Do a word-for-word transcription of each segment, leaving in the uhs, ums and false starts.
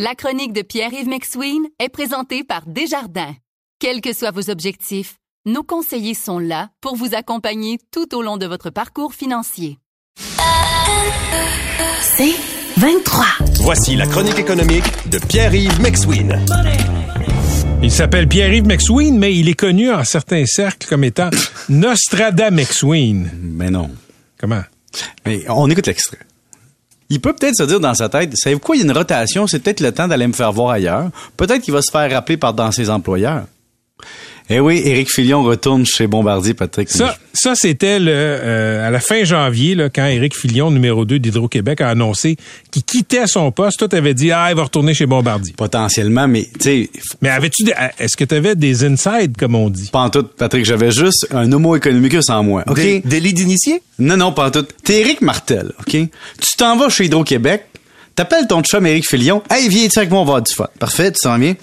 La chronique de Pierre-Yves McSween est présentée par Desjardins. Quels que soient vos objectifs, nos conseillers sont là pour vous accompagner tout au long de votre parcours financier. C'est vingt-trois. Voici la chronique économique de Pierre-Yves McSween. Il s'appelle Pierre-Yves McSween, mais il est connu en certains cercles comme étant Nostradamus McSween. Mais non. Comment? Mais on écoute l'extrait. Il peut peut-être se dire dans sa tête, savez-vous quoi, il y a une rotation, c'est peut-être le temps d'aller me faire voir ailleurs. Peut-être qu'il va se faire rappeler par dans ses employeurs. Eh oui, Éric Filion retourne chez Bombardier, Patrick. Ça, ça c'était le euh, à la fin janvier, là, quand Éric Filion, numéro deux d'Hydro-Québec, a annoncé qu'il quittait son poste. Toi, t'avais dit, ah, il va retourner chez Bombardier. Potentiellement, mais tu sais... Mais avais-tu des, est-ce que tu avais des insides, comme on dit? Pas en tout, Patrick, j'avais juste un homo economicus en moi, OK? Des, des lits d'initiés? Non, non, pas en tout. T'es Éric Martel, OK? Tu t'en vas chez Hydro-Québec, t'appelles ton chum Éric Filion, hey, viens-tu avec moi, on va avoir du fun. Parfait, tu sens bien?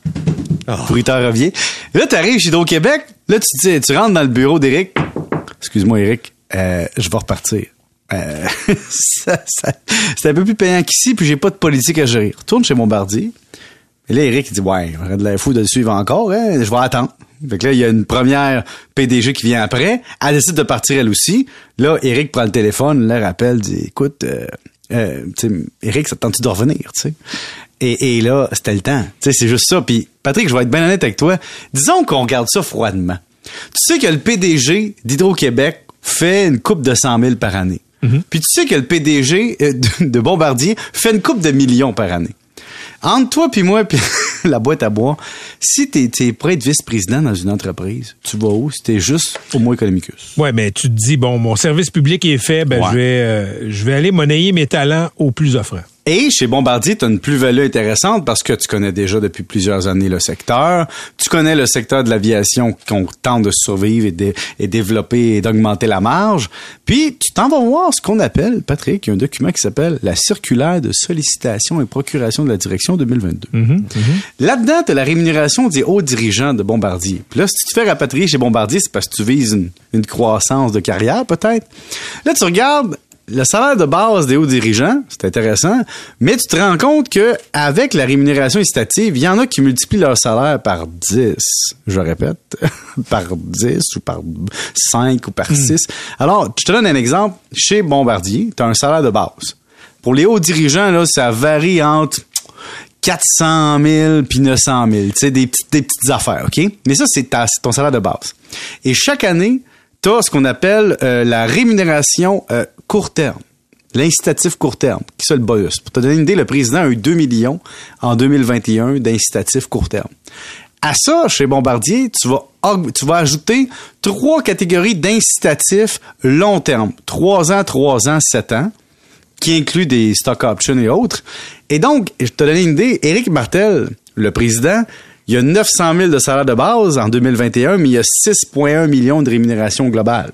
Oh. Pourriteur revient. Là, t'arrives chez Hydro-Québec, là, tu, tu, tu rentres dans le bureau d'Éric. Excuse-moi, Éric, euh, je vais repartir. Euh, ça, ça, c'est un peu plus payant qu'ici, puis j'ai pas de politique à gérer. Retourne chez Bombardier. Et là, Éric, il dit, ouais, j'aurais de la fou de le suivre encore, hein, je vais attendre. Fait que là, il y a une première P D G qui vient après. Elle décide de partir elle aussi. Là, Éric prend le téléphone, la rappelle, dit, écoute, euh, euh, tu sais, Éric, ça te tente-tu de revenir, tu sais? Et, et là, c'était le temps. Tu sais, c'est juste ça. Puis, Patrick, je vais être bien honnête avec toi. Disons qu'on regarde ça froidement. Tu sais que le P D G d'Hydro-Québec fait une coupe de cent mille par année. Mm-hmm. Puis tu sais que le P D G de Bombardier fait une coupe de millions par année. Entre toi puis moi puis la boîte à bois, si t'es, t'es prêt à être vice-président dans une entreprise, tu vas où si t'es juste homo economicus? Ouais, mais tu te dis, bon, mon service public est fait, ben ouais. je vais euh, je vais aller monnayer mes talents au plus offrant. Et chez Bombardier, tu as une plus-value intéressante parce que tu connais déjà depuis plusieurs années le secteur. Tu connais le secteur de l'aviation qu'on tente de survivre et, de, et développer et d'augmenter la marge. Puis, tu t'en vas voir ce qu'on appelle, Patrick, il y a un document qui s'appelle la circulaire de sollicitation et procuration de la direction deux mille vingt-deux. Mm-hmm, mm-hmm. Là-dedans, tu as la rémunération des hauts dirigeants de Bombardier. Puis là, si tu te fais rapatrier chez Bombardier, c'est parce que tu vises une, une croissance de carrière, peut-être. Là, tu regardes le salaire de base des hauts dirigeants, c'est intéressant, mais tu te rends compte que avec la rémunération incitative, il y en a qui multiplient leur salaire par dix, je répète, par dix ou par cinq ou par six. Mm. Alors, je te donne un exemple. Chez Bombardier, tu as un salaire de base. Pour les hauts dirigeants, là, ça varie entre quatre cent mille puis neuf cent mille. Tu sais, des petites, des petites affaires, OK? Mais ça, c'est, ta, c'est ton salaire de base. Et chaque année, tu as ce qu'on appelle euh, la rémunération euh, court terme, l'incitatif court terme, qui c'est le bonus. Pour te donner une idée, le président a eu deux millions en deux mille vingt et un d'incitatif court terme. À ça, chez Bombardier, tu vas, tu vas ajouter trois catégories d'incitatifs long terme. Trois ans, trois ans, sept ans, qui incluent des stock options et autres. Et donc, je te donne une idée, Éric Martel, le président, il y a neuf cent mille de salaire de base en deux mille vingt et un, mais il y a six virgule un millions de rémunération globale.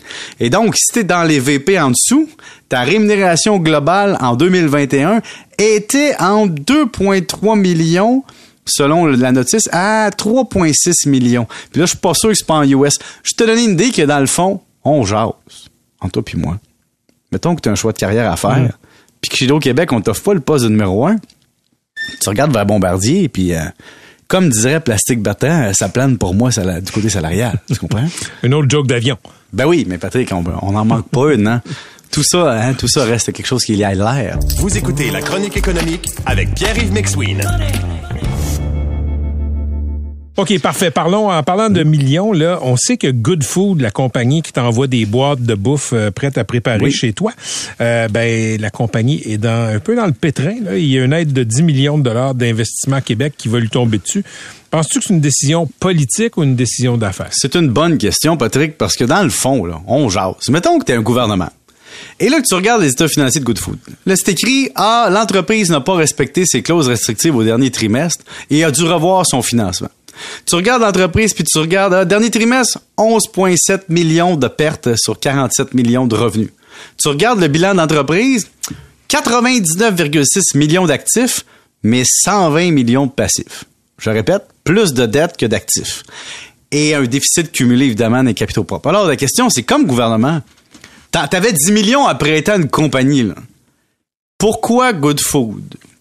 Et donc, si t'es dans les V P en dessous, ta rémunération globale en deux mille vingt et un était en deux virgule trois millions, selon la notice, à trois virgule six millions. Puis là, je suis pas sûr que c'est pas en U S. Je te donne une idée que dans le fond, on jase, entre toi puis moi. Mettons que tu as un choix de carrière à faire, mmh. puis que chez Hydro-Québec, on t'offre pas le poste de numéro un. Tu regardes vers Bombardier, et puis... Euh, comme dirait Plastique Battant, ça plane pour moi ça, du côté salarial. Tu comprends? Une autre joke d'avion. Ben oui, mais Patrick, on n'en manque pas une, hein? Tout ça, hein, tout ça reste quelque chose qui est à l'air. Vous écoutez La Chronique économique avec Pierre-Yves McSween. OK, parfait. Parlons, en parlant de millions, là, on sait que Good Food, la compagnie qui t'envoie des boîtes de bouffe euh, prêtes à préparer oui. chez toi, euh, ben, la compagnie est dans, un peu dans le pétrin, là. Il y a une aide de dix millions de dollars d'investissement à Québec qui va lui tomber dessus. Penses-tu que c'est une décision politique ou une décision d'affaires? C'est une bonne question, Patrick, parce que dans le fond, là, on jase. Mettons que tu es un gouvernement. Et là, que tu regardes les états financiers de Good Food. Là, c'est écrit, ah, l'entreprise n'a pas respecté ses clauses restrictives au dernier trimestre et a dû revoir son financement. Tu regardes l'entreprise, puis tu regardes, euh, dernier trimestre, onze virgule sept millions de pertes sur quarante-sept millions de revenus. Tu regardes le bilan d'entreprise, quatre-vingt-dix-neuf virgule six millions d'actifs, mais cent vingt millions de passifs. Je répète, plus de dettes que d'actifs. Et un déficit cumulé, évidemment, des capitaux propres. Alors, la question, c'est comme gouvernement, t'avais dix millions à prêter à une compagnie, là. Pourquoi Good Food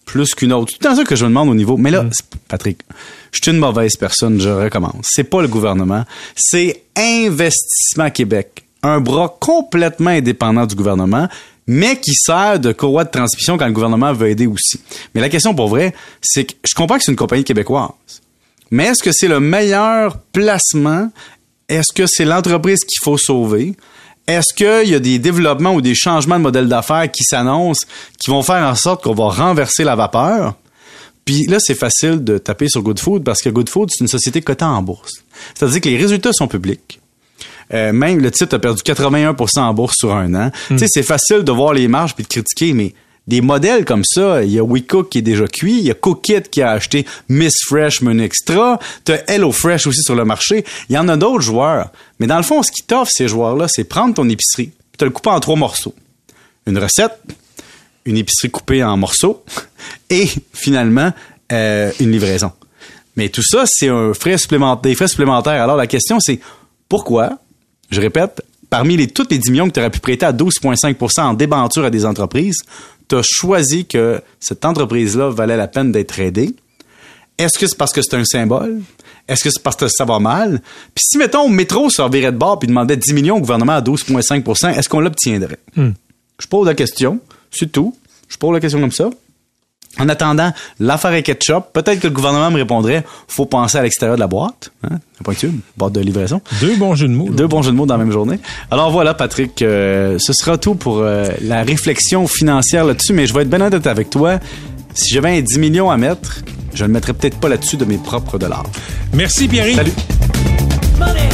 plus qu'une autre. C'est dans ça que je me demande au niveau. Mais là, mmh. Patrick, je suis une mauvaise personne, je recommence. C'est pas le gouvernement, c'est Investissement Québec. Un bras complètement indépendant du gouvernement, mais qui sert de courroie de transmission quand le gouvernement veut aider aussi. Mais la question pour vrai, c'est que je comprends que c'est une compagnie québécoise. Mais est-ce que c'est le meilleur placement? Est-ce que c'est l'entreprise qu'il faut sauver? Est-ce qu'il y a des développements ou des changements de modèle d'affaires qui s'annoncent, qui vont faire en sorte qu'on va renverser la vapeur? Puis là, c'est facile de taper sur Good Food parce que Good Food, c'est une société cotée en bourse. C'est-à-dire que les résultats sont publics. Euh, même le titre a perdu quatre-vingt-un pour cent en bourse sur un an. Mm. Tu sais, c'est facile de voir les marges puis de critiquer, mais des modèles comme ça, il y a WeCook qui est déjà cuit, il y a Cookit qui a acheté Miss Fresh Menu Extra, t'as HelloFresh aussi sur le marché, il y en a d'autres joueurs. Mais dans le fond, ce qui t'offre ces joueurs-là, c'est prendre ton épicerie, puis te le couper en trois morceaux. Une recette, une épicerie coupée en morceaux, et finalement, euh, une livraison. Mais tout ça, c'est un frais supplémentaire, des frais supplémentaires. Alors la question, c'est pourquoi, je répète, parmi les, tous les dix millions que tu aurais pu prêter à douze virgule cinq pour cent en débenture à des entreprises, tu as choisi que cette entreprise-là valait la peine d'être aidée. Est-ce que c'est parce que c'est un symbole? Est-ce que c'est parce que ça va mal? Puis si, mettons, Métro se revirait de bord et demandait dix millions au gouvernement à douze virgule cinq pour cent, est-ce qu'on l'obtiendrait? Hmm. Je pose la question, c'est tout. Je pose la question comme ça. En attendant, l'affaire est ketchup. Peut-être que le gouvernement me répondrait, faut penser à l'extérieur de la boîte. Hein? C'est pas une boîte de livraison. Deux bons jeux de mots. Deux bons jeux de mots dans la même journée. Alors voilà, Patrick, euh, ce sera tout pour euh, la réflexion financière là-dessus, mais je vais être bien honnête avec toi. Si j'avais un dix millions à mettre, je ne le mettrais peut-être pas là-dessus de mes propres dollars. Merci, Pierre. Salut. Money.